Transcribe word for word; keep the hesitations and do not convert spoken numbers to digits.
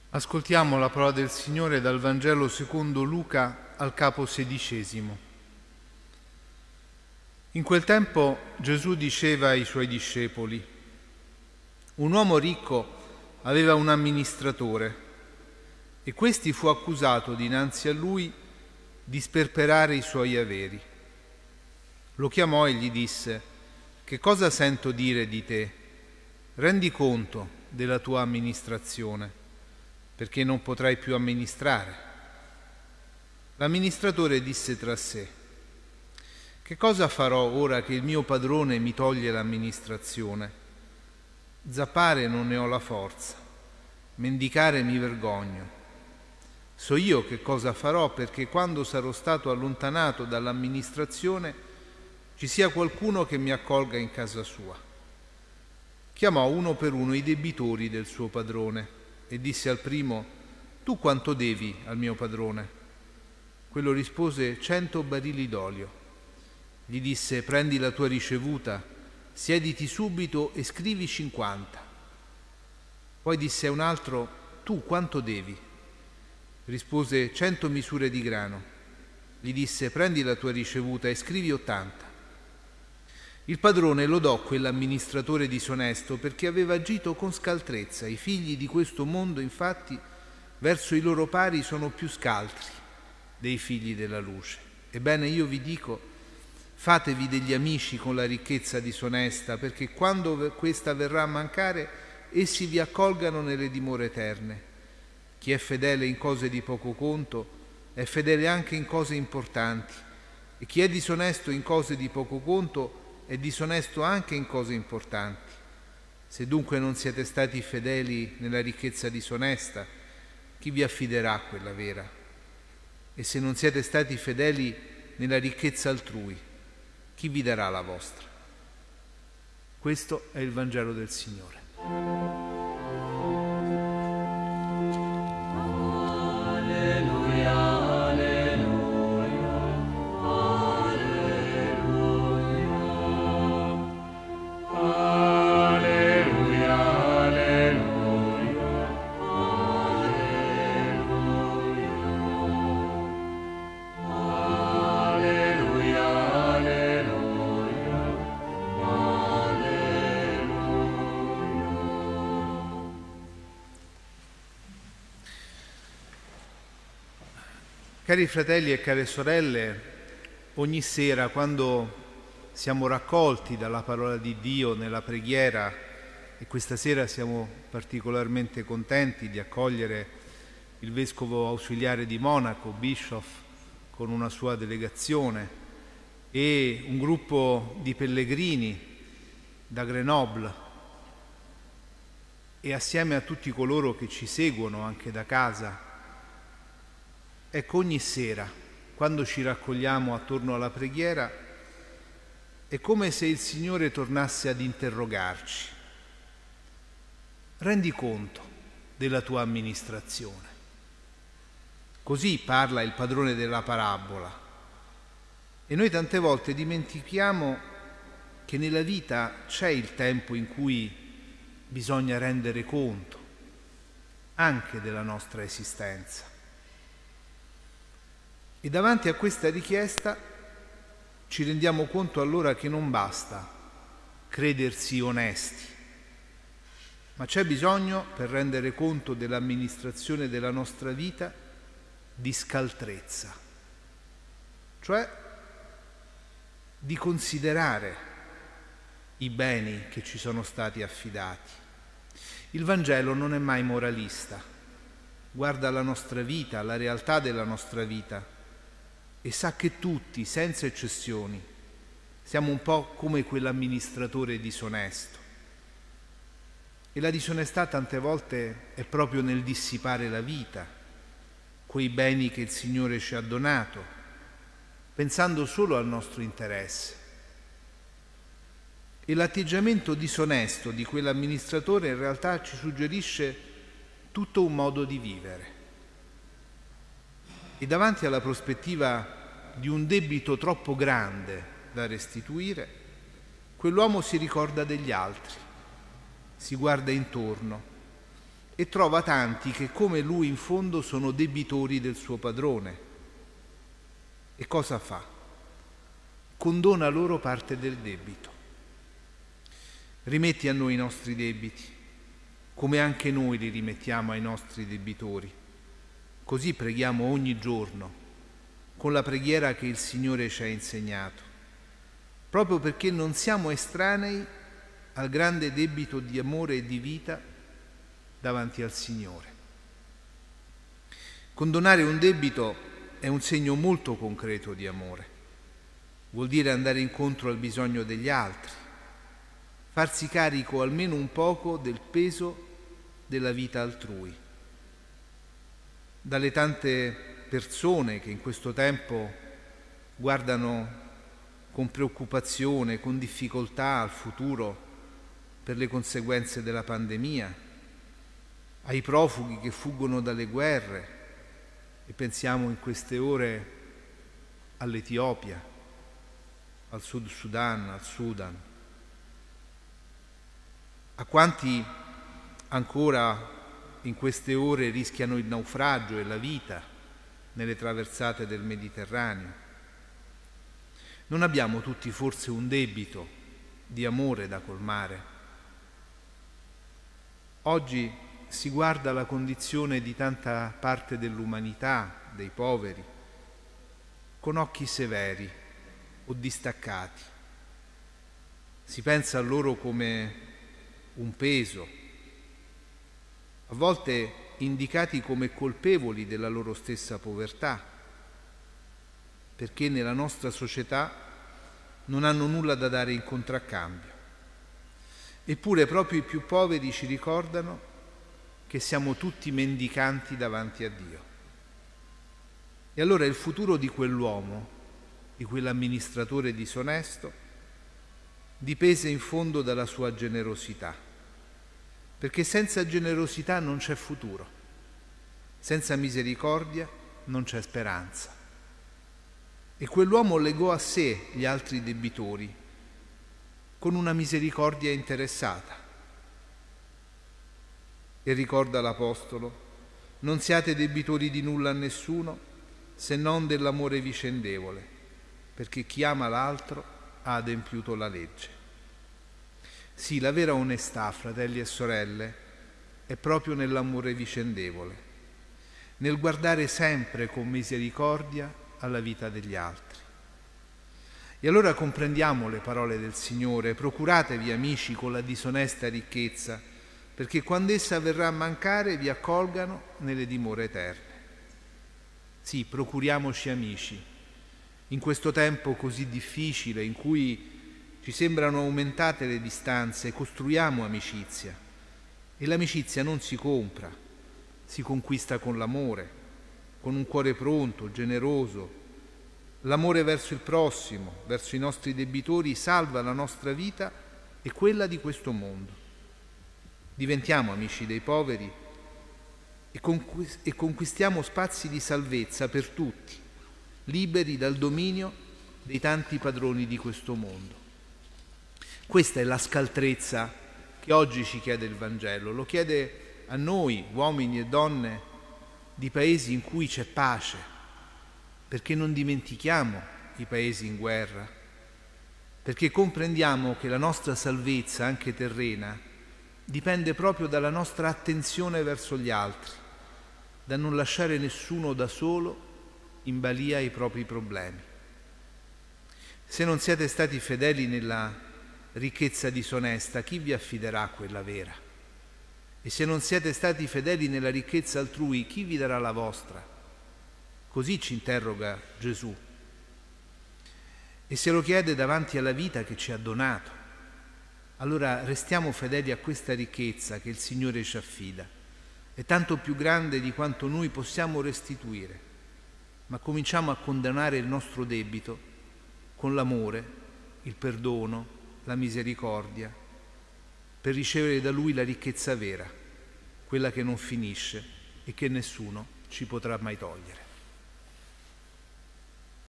Ascoltiamo la parola del Signore dal Vangelo secondo Luca al capo sedicesimo. In quel tempo Gesù diceva ai suoi discepoli: un uomo ricco aveva un amministratore e questi fu accusato dinanzi a lui di sperperare i suoi averi. Lo chiamò e gli disse: che cosa sento dire di te? Rendi conto della tua amministrazione, perché non potrai più amministrare. L'amministratore disse tra sé: che cosa farò ora che il mio padrone mi toglie l'amministrazione? Zappare non ne ho la forza, mendicare mi vergogno. So io che cosa farò perché quando sarò stato allontanato dall'amministrazione ci sia qualcuno che mi accolga in casa sua. Chiamò uno per uno i debitori del suo padrone e disse al primo: tu quanto devi al mio padrone? Quello rispose: cento barili d'olio. Gli disse: prendi la tua ricevuta, siediti subito e scrivi cinquanta. Poi disse a un altro: tu quanto devi? Rispose: cento misure di grano. Gli disse: prendi la tua ricevuta e scrivi ottanta. Il padrone lodò quell'amministratore disonesto perché aveva agito con scaltrezza. I figli di questo mondo, infatti, verso i loro pari sono più scaltri dei figli della luce. Ebbene, io vi dico, fatevi degli amici con la ricchezza disonesta, perché quando questa verrà a mancare, essi vi accolgano nelle dimore eterne. Chi è fedele in cose di poco conto è fedele anche in cose importanti, e chi è disonesto in cose di poco conto è disonesto anche in cose importanti. Se dunque non siete stati fedeli nella ricchezza disonesta, chi vi affiderà quella vera? E se non siete stati fedeli nella ricchezza altrui, chi vi darà la vostra? Questo è il Vangelo del Signore. Alleluia. Cari fratelli e care sorelle, ogni sera quando siamo raccolti dalla parola di Dio nella preghiera, e questa sera siamo particolarmente contenti di accogliere il Vescovo Ausiliare di Monaco, Bischoff, con una sua delegazione, e un gruppo di pellegrini da Grenoble, e assieme a tutti coloro che ci seguono anche da casa. Ecco, ogni sera, quando ci raccogliamo attorno alla preghiera, è come se il Signore tornasse ad interrogarci. Rendi conto della tua amministrazione. Così parla il padrone della parabola. E noi tante volte dimentichiamo che nella vita c'è il tempo in cui bisogna rendere conto anche della nostra esistenza. E davanti a questa richiesta ci rendiamo conto allora che non basta credersi onesti, ma c'è bisogno, per rendere conto dell'amministrazione della nostra vita, di scaltrezza, cioè di considerare i beni che ci sono stati affidati. Il Vangelo non è mai moralista, guarda la nostra vita, la realtà della nostra vita, e sa che tutti, senza eccezioni, siamo un po' come quell'amministratore disonesto. E la disonestà tante volte è proprio nel dissipare la vita, quei beni che il Signore ci ha donato, pensando solo al nostro interesse. E l'atteggiamento disonesto di quell'amministratore in realtà ci suggerisce tutto un modo di vivere. E davanti alla prospettiva di un debito troppo grande da restituire, quell'uomo si ricorda degli altri, si guarda intorno e trova tanti che come lui in fondo sono debitori del suo padrone. E cosa fa? Condona loro parte del debito. Rimetti a noi i nostri debiti, come anche noi li rimettiamo ai nostri debitori. Così preghiamo ogni giorno, con la preghiera che il Signore ci ha insegnato, proprio perché non siamo estranei al grande debito di amore e di vita davanti al Signore. Condonare un debito è un segno molto concreto di amore. Vuol dire andare incontro al bisogno degli altri, farsi carico almeno un poco del peso della vita altrui. Dalle tante persone che in questo tempo guardano con preoccupazione, con difficoltà al futuro per le conseguenze della pandemia, ai profughi che fuggono dalle guerre, e pensiamo in queste ore all'Etiopia, al Sud Sudan, al Sudan, a quanti ancora in queste ore rischiano il naufragio e la vita nelle traversate del Mediterraneo. Non abbiamo tutti forse un debito di amore da colmare? Oggi si guarda la condizione di tanta parte dell'umanità, dei poveri, con occhi severi o distaccati. Si pensa a loro come un peso, a volte indicati come colpevoli della loro stessa povertà, perché nella nostra società non hanno nulla da dare in contraccambio. Eppure proprio i più poveri ci ricordano che siamo tutti mendicanti davanti a Dio. E allora il futuro di quell'uomo, di quell'amministratore disonesto, dipese in fondo dalla sua generosità, perché senza generosità non c'è futuro, senza misericordia non c'è speranza. E quell'uomo legò a sé gli altri debitori con una misericordia interessata. E ricorda l'Apostolo: non siate debitori di nulla a nessuno se non dell'amore vicendevole, perché chi ama l'altro ha adempiuto la legge. Sì, la vera onestà, fratelli e sorelle, è proprio nell'amore vicendevole, nel guardare sempre con misericordia alla vita degli altri. E allora comprendiamo le parole del Signore: procuratevi amici con la disonesta ricchezza, perché quando essa verrà a mancare vi accolgano nelle dimore eterne. Sì, procuriamoci amici, in questo tempo così difficile in cui ci sembrano aumentate le distanze, costruiamo amicizia. E l'amicizia non si compra, si conquista con l'amore, con un cuore pronto, generoso. L'amore verso il prossimo, verso i nostri debitori, salva la nostra vita e quella di questo mondo. Diventiamo amici dei poveri e conquistiamo spazi di salvezza per tutti, liberi dal dominio dei tanti padroni di questo mondo. Questa è la scaltrezza che oggi ci chiede il Vangelo, lo chiede a noi, uomini e donne di paesi in cui c'è pace, perché non dimentichiamo i paesi in guerra, perché comprendiamo che la nostra salvezza, anche terrena, dipende proprio dalla nostra attenzione verso gli altri, da non lasciare nessuno da solo in balia ai propri problemi. Se non siete stati fedeli nella ricchezza disonesta, chi vi affiderà quella vera? E se non siete stati fedeli nella ricchezza altrui, chi vi darà la vostra? Così ci interroga Gesù. E se lo chiede davanti alla vita che ci ha donato. Allora restiamo fedeli a questa ricchezza che il Signore ci affida. È tanto più grande di quanto noi possiamo restituire, ma cominciamo a condonare il nostro debito con l'amore, il perdono, la misericordia, per ricevere da Lui la ricchezza vera, quella che non finisce e che nessuno ci potrà mai togliere.